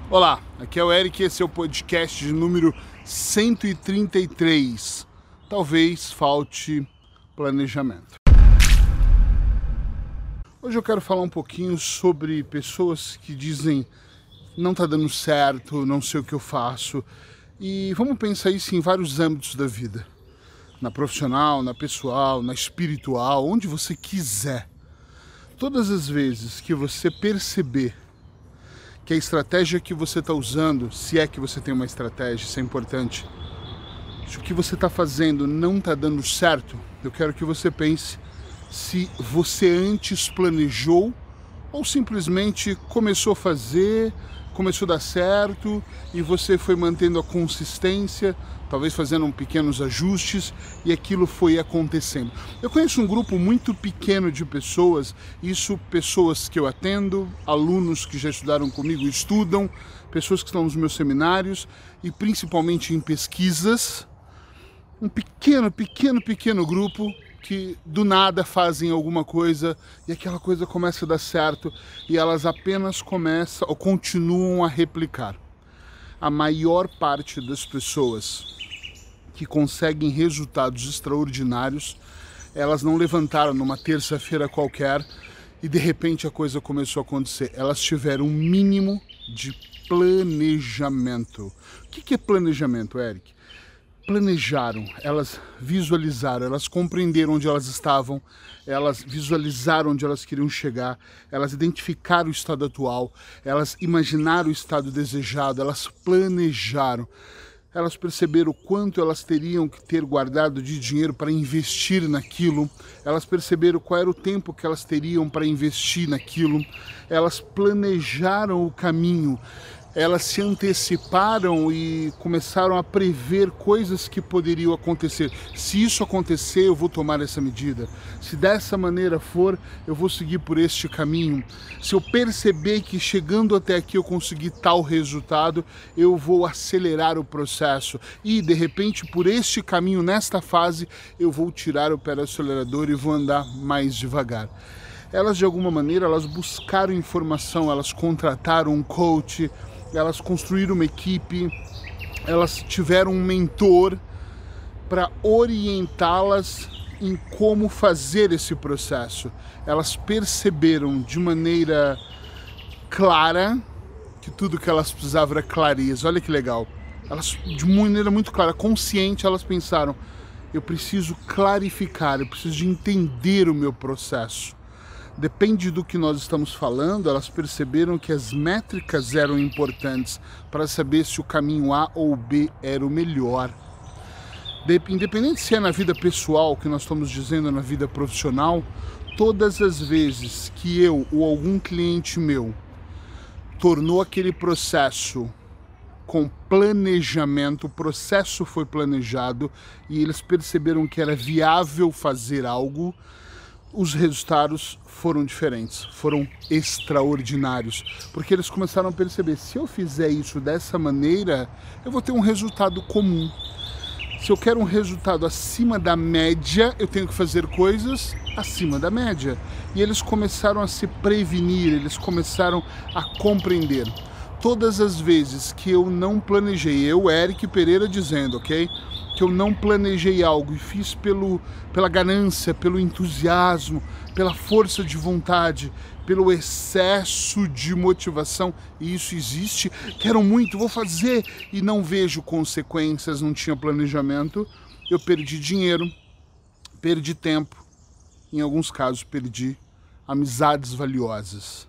Olá, aqui é o Eric e esse é o podcast de número 133. Talvez falte planejamento. Hoje eu quero falar um pouquinho sobre pessoas que dizem não tá dando certo, não sei o que eu faço. E vamos pensar isso em vários âmbitos da vida. Na profissional, na pessoal, na espiritual, onde você quiser. Todas as vezes que você perceber que a estratégia que você está usando, se é que você tem uma estratégia, isso é importante, se o que você está fazendo não está dando certo, eu quero que você pense se você antes planejou ou simplesmente começou a fazer, começou a dar certo e você foi mantendo a consistência, talvez fazendo pequenos ajustes e aquilo foi acontecendo. Eu conheço um grupo muito pequeno de pessoas, pessoas que eu atendo, alunos que já estudaram comigo, estudam, pessoas que estão nos meus seminários e principalmente em pesquisas, um pequeno grupo que do nada fazem alguma coisa e aquela coisa começa a dar certo e elas apenas começam ou continuam a replicar. A maior parte das pessoas que conseguem resultados extraordinários, elas não levantaram numa terça-feira qualquer e de repente a coisa começou a acontecer. Elas tiveram um mínimo de planejamento. O que é planejamento, Eric? Planejaram, elas visualizaram, elas compreenderam onde elas estavam, elas visualizaram onde elas queriam chegar, elas identificaram o estado atual, elas imaginaram o estado desejado, elas planejaram, elas perceberam o quanto elas teriam que ter guardado de dinheiro para investir naquilo, elas perceberam qual era o tempo que elas teriam para investir naquilo, elas planejaram o caminho. Elas se anteciparam e começaram a prever coisas que poderiam acontecer. Se isso acontecer, eu vou tomar essa medida. Se dessa maneira for, eu vou seguir por este caminho. Se eu perceber que chegando até aqui eu consegui tal resultado, eu vou acelerar o processo. E, de repente, por este caminho, nesta fase, eu vou tirar o pé do acelerador e vou andar mais devagar. Elas, de alguma maneira, elas buscaram informação, elas contrataram um coach, elas construíram uma equipe, elas tiveram um mentor para orientá-las em como fazer esse processo. Elas perceberam de maneira clara que tudo que elas precisavam era clareza. Olha que legal. Elas, de maneira muito clara, consciente, elas pensaram: eu preciso clarificar, eu preciso de entender o meu processo. Depende do que nós estamos falando, elas perceberam que as métricas eram importantes para saber se o caminho A ou B era o melhor. Independente se é na vida pessoal, que nós estamos dizendo na vida profissional, todas as vezes que eu ou algum cliente meu tornou aquele processo com planejamento, o processo foi planejado e eles perceberam que era viável fazer algo, os resultados foram diferentes, foram extraordinários, porque eles começaram a perceber: se eu fizer isso dessa maneira, eu vou ter um resultado comum. Se eu quero um resultado acima da média, eu tenho que fazer coisas acima da média. E eles começaram a se prevenir, eles começaram a compreender. Todas as vezes que eu não planejei, eu, Eric Pereira, dizendo, ok? Que eu não planejei algo e fiz pela ganância, pelo entusiasmo, pela força de vontade, pelo excesso de motivação, e isso existe, quero muito, vou fazer, e não vejo consequências, não tinha planejamento, eu perdi dinheiro, perdi tempo, em alguns casos perdi amizades valiosas.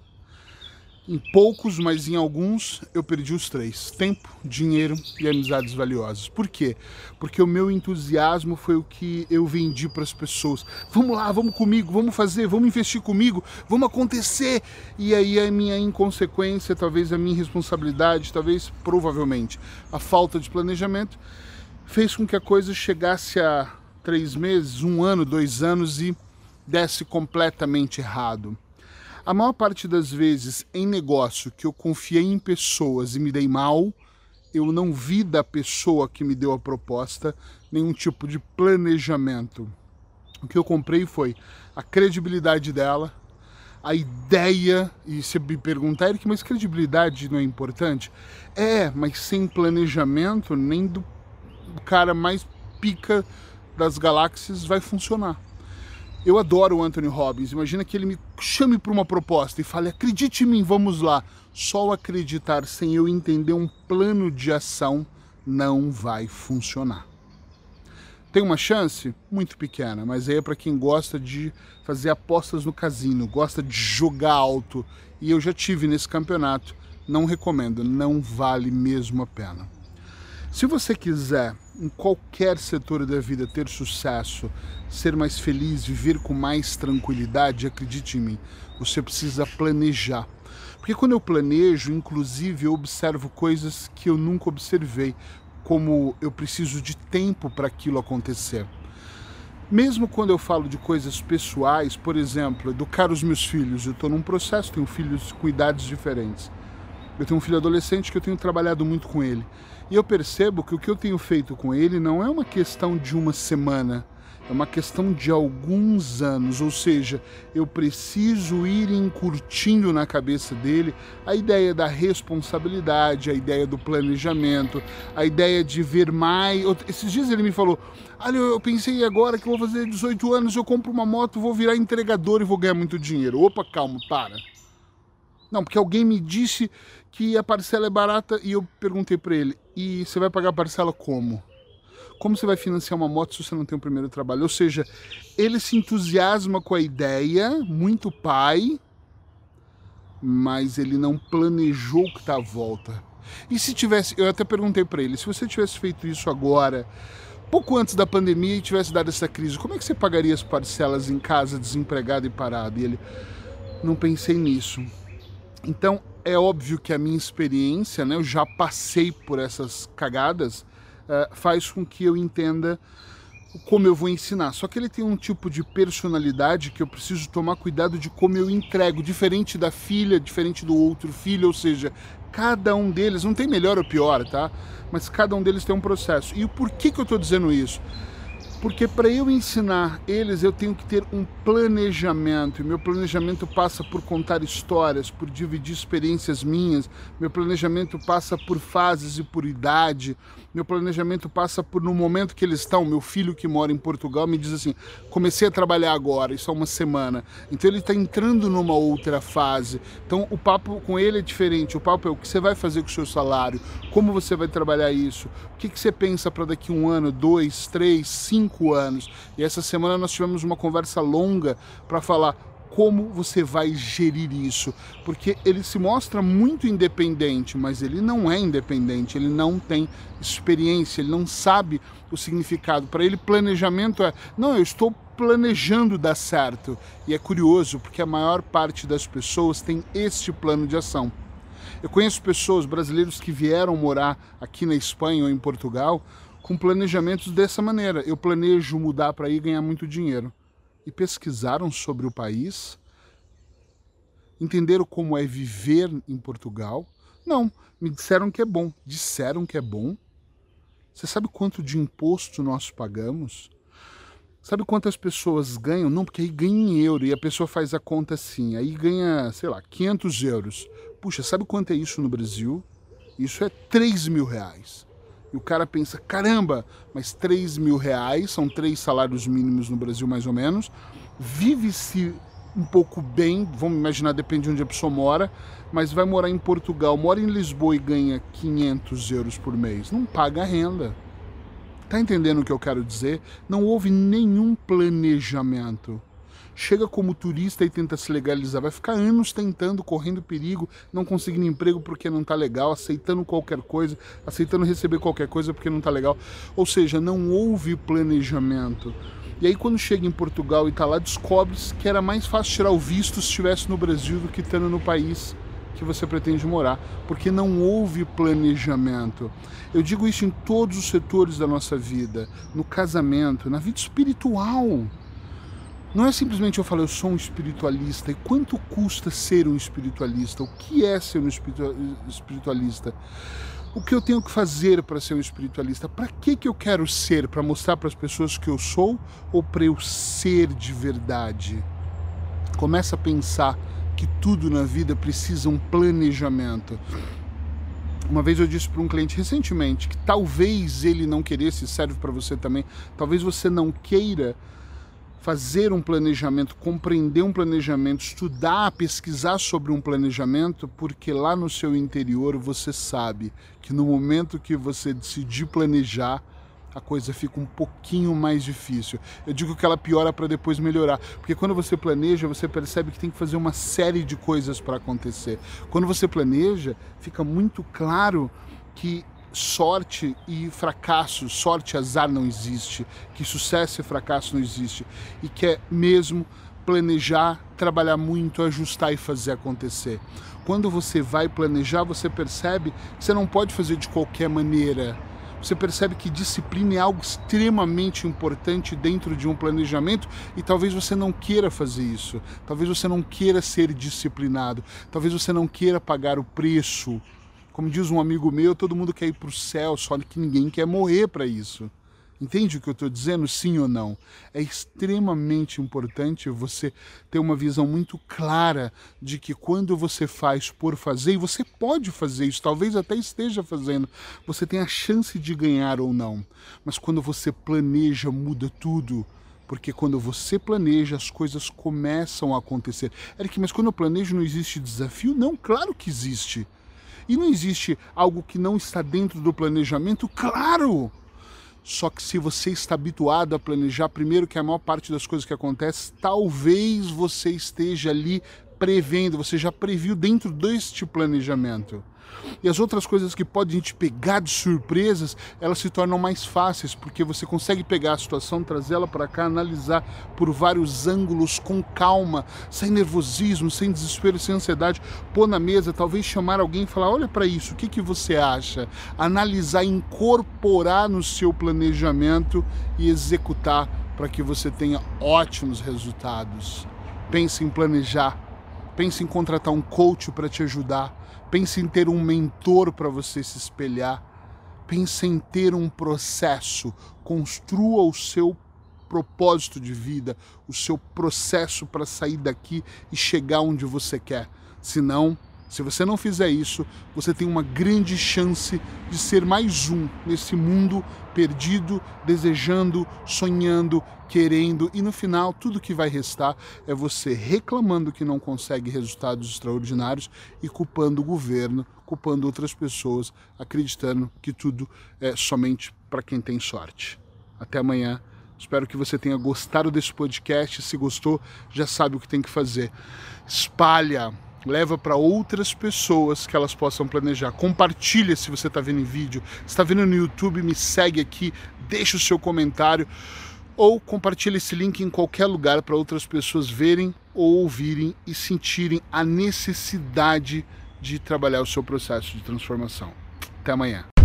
Em poucos, mas em alguns, eu perdi os três: tempo, dinheiro e amizades valiosas. Por quê? Porque o meu entusiasmo foi o que eu vendi para as pessoas. Vamos lá, vamos comigo, vamos fazer, vamos investir comigo, vamos acontecer. E aí a minha inconsequência, talvez a minha irresponsabilidade, talvez, provavelmente, a falta de planejamento, fez com que a coisa chegasse a 3 meses, 1 ano, 2 anos e desse completamente errado. A maior parte das vezes em negócio que eu confiei em pessoas e me dei mal, eu não vi da pessoa que me deu a proposta nenhum tipo de planejamento. O que eu comprei foi a credibilidade dela, a ideia, e você me perguntar, Eric, mas credibilidade não é importante? É, mas sem planejamento, nem do cara mais pica das galáxias vai funcionar. Eu adoro o Anthony Robbins, imagina que ele me chame para uma proposta e fale, acredite em mim, vamos lá. Só o acreditar sem eu entender um plano de ação não vai funcionar. Tem uma chance? Muito pequena, mas aí é para quem gosta de fazer apostas no cassino, gosta de jogar alto. E eu já tive nesse campeonato, não recomendo, não vale mesmo a pena. Se você quiser, em qualquer setor da vida, ter sucesso, ser mais feliz, viver com mais tranquilidade, acredite em mim, você precisa planejar. Porque quando eu planejo, inclusive, eu observo coisas que eu nunca observei, como eu preciso de tempo para aquilo acontecer. Mesmo quando eu falo de coisas pessoais, por exemplo, educar os meus filhos, eu estou num processo, tenho filhos com idades diferentes. Eu tenho um filho adolescente que eu tenho trabalhado muito com ele. E eu percebo que o que eu tenho feito com ele não é uma questão de uma semana, é uma questão de alguns anos, ou seja, eu preciso ir encurtindo na cabeça dele a ideia da responsabilidade, a ideia do planejamento, a ideia de ver mais. Esses dias ele me falou, olha, eu pensei agora que eu vou fazer 18 anos, eu compro uma moto, vou virar entregador e vou ganhar muito dinheiro. Opa, calma, para. Não, porque alguém me disse que a parcela é barata e eu perguntei para ele, e você vai pagar a parcela como? Como você vai financiar uma moto se você não tem o primeiro trabalho? Ou seja, ele se entusiasma com a ideia, muito pai, mas ele não planejou o que está à volta. E se tivesse, eu até perguntei para ele, se você tivesse feito isso agora, pouco antes da pandemia e tivesse dado essa crise, como é que você pagaria as parcelas em casa, desempregado e parado? E ele, não pensei nisso. Então, é óbvio que a minha experiência, né, eu já passei por essas cagadas, faz com que eu entenda como eu vou ensinar. Só que ele tem um tipo de personalidade que eu preciso tomar cuidado de como eu entrego, diferente da filha, diferente do outro filho, ou seja, cada um deles, não tem melhor ou pior, tá? Mas cada um deles tem um processo. E por que eu estou dizendo isso? Porque para eu ensinar eles, eu tenho que ter um planejamento. E meu planejamento passa por contar histórias, por dividir experiências minhas. Meu planejamento passa por fases e por idade. Meu planejamento passa por, no momento que eles estão, meu filho que mora em Portugal me diz assim, comecei a trabalhar agora, isso há uma semana. Então ele está entrando numa outra fase. Então o papo com ele é diferente. O papo é o que você vai fazer com o seu salário, como você vai trabalhar isso, o que você pensa para daqui 1 ano, 2, 3, 5 anos. E essa semana nós tivemos uma conversa longa para falar como você vai gerir isso, porque ele se mostra muito independente, mas ele não é independente, ele não tem experiência, ele não sabe o significado. Para ele, planejamento é, não, eu estou planejando dar certo. E é curioso, porque a maior parte das pessoas tem este plano de ação. Eu conheço pessoas, brasileiros que vieram morar aqui na Espanha ou em Portugal, com planejamentos dessa maneira. Eu planejo mudar para ir ganhar muito dinheiro. E pesquisaram sobre o país, entenderam como é viver em Portugal. Não, me disseram que é bom. Disseram que é bom. Você sabe quanto de imposto nós pagamos? Sabe quantas pessoas ganham? Não, porque aí ganha em euro e a pessoa faz a conta assim. Aí ganha, sei lá, 500 euros. Puxa, sabe quanto é isso no Brasil? Isso é 3 mil reais. E o cara pensa, caramba, mas 3 mil reais, são 3 salários mínimos no Brasil mais ou menos, vive-se um pouco bem, vamos imaginar, depende de onde a pessoa mora, mas vai morar em Portugal, mora em Lisboa e ganha 500 euros por mês, não paga renda. Tá entendendo o que eu quero dizer? Não houve nenhum planejamento. Chega como turista e tenta se legalizar, vai ficar anos tentando, correndo perigo, não conseguindo emprego porque não tá legal, aceitando qualquer coisa, aceitando receber qualquer coisa porque não tá legal. Ou seja, não houve planejamento. E aí quando chega em Portugal e tá lá, descobre-se que era mais fácil tirar o visto se estivesse no Brasil do que estando no país que você pretende morar, porque não houve planejamento. Eu digo isso em todos os setores da nossa vida, no casamento, na vida espiritual. Não é simplesmente eu falar, eu sou um espiritualista. E quanto custa ser um espiritualista? O que é ser um espiritualista? O que eu tenho que fazer para ser um espiritualista? Para que eu quero ser? Para mostrar para as pessoas que eu sou? Ou para eu ser de verdade? Começa a pensar que tudo na vida precisa um planejamento. Uma vez eu disse para um cliente recentemente que talvez ele não queresse, serve para você também, talvez você não queira fazer um planejamento, compreender um planejamento, estudar, pesquisar sobre um planejamento, porque lá no seu interior você sabe que no momento que você decidir planejar, a coisa fica um pouquinho mais difícil. Eu digo que ela piora para depois melhorar, porque quando você planeja, você percebe que tem que fazer uma série de coisas para acontecer. Quando você planeja, fica muito claro que sorte e fracasso, sorte e azar não existe, que sucesso e fracasso não existe, e que é mesmo planejar, trabalhar muito, ajustar e fazer acontecer. Quando você vai planejar, você percebe que você não pode fazer de qualquer maneira. Você percebe que disciplina é algo extremamente importante dentro de um planejamento e talvez você não queira fazer isso. Talvez você não queira ser disciplinado. Talvez você não queira pagar o preço. Como diz um amigo meu, todo mundo quer ir para o céu, só que ninguém quer morrer para isso. Entende o que eu estou dizendo? Sim ou não? É extremamente importante você ter uma visão muito clara de que quando você faz por fazer, e você pode fazer isso, talvez até esteja fazendo, você tem a chance de ganhar ou não. Mas quando você planeja, muda tudo. Porque quando você planeja, as coisas começam a acontecer. Eric, mas quando eu planejo não existe desafio? Não, claro que existe. E não existe algo que não está dentro do planejamento? Claro! Só que se você está habituado a planejar, primeiro que a maior parte das coisas que acontecem, talvez você esteja ali prevendo, você já previu dentro deste planejamento. E as outras coisas que podem te pegar de surpresas, elas se tornam mais fáceis, porque você consegue pegar a situação, trazer ela para cá, analisar por vários ângulos, com calma, sem nervosismo, sem desespero, sem ansiedade, pôr na mesa, talvez chamar alguém e falar, olha para isso, o que, que você acha? Analisar, incorporar no seu planejamento e executar para que você tenha ótimos resultados. Pense em planejar, pense em contratar um coach para te ajudar, pense em ter um mentor para você se espelhar. Pense em ter um processo. Construa o seu propósito de vida, o seu processo para sair daqui e chegar onde você quer. Senão, se você não fizer isso, você tem uma grande chance de ser mais um nesse mundo perdido, desejando, sonhando, querendo, e no final tudo que vai restar é você reclamando que não consegue resultados extraordinários e culpando o governo, culpando outras pessoas, acreditando que tudo é somente para quem tem sorte. Até amanhã. Espero que você tenha gostado desse podcast. Se gostou, já sabe o que tem que fazer. Espalha, leva para outras pessoas que elas possam planejar. Compartilha se você está vendo em vídeo. Se está vendo no YouTube, me segue aqui, deixa o seu comentário. Ou compartilhe esse link em qualquer lugar para outras pessoas verem ou ouvirem e sentirem a necessidade de trabalhar o seu processo de transformação. Até amanhã.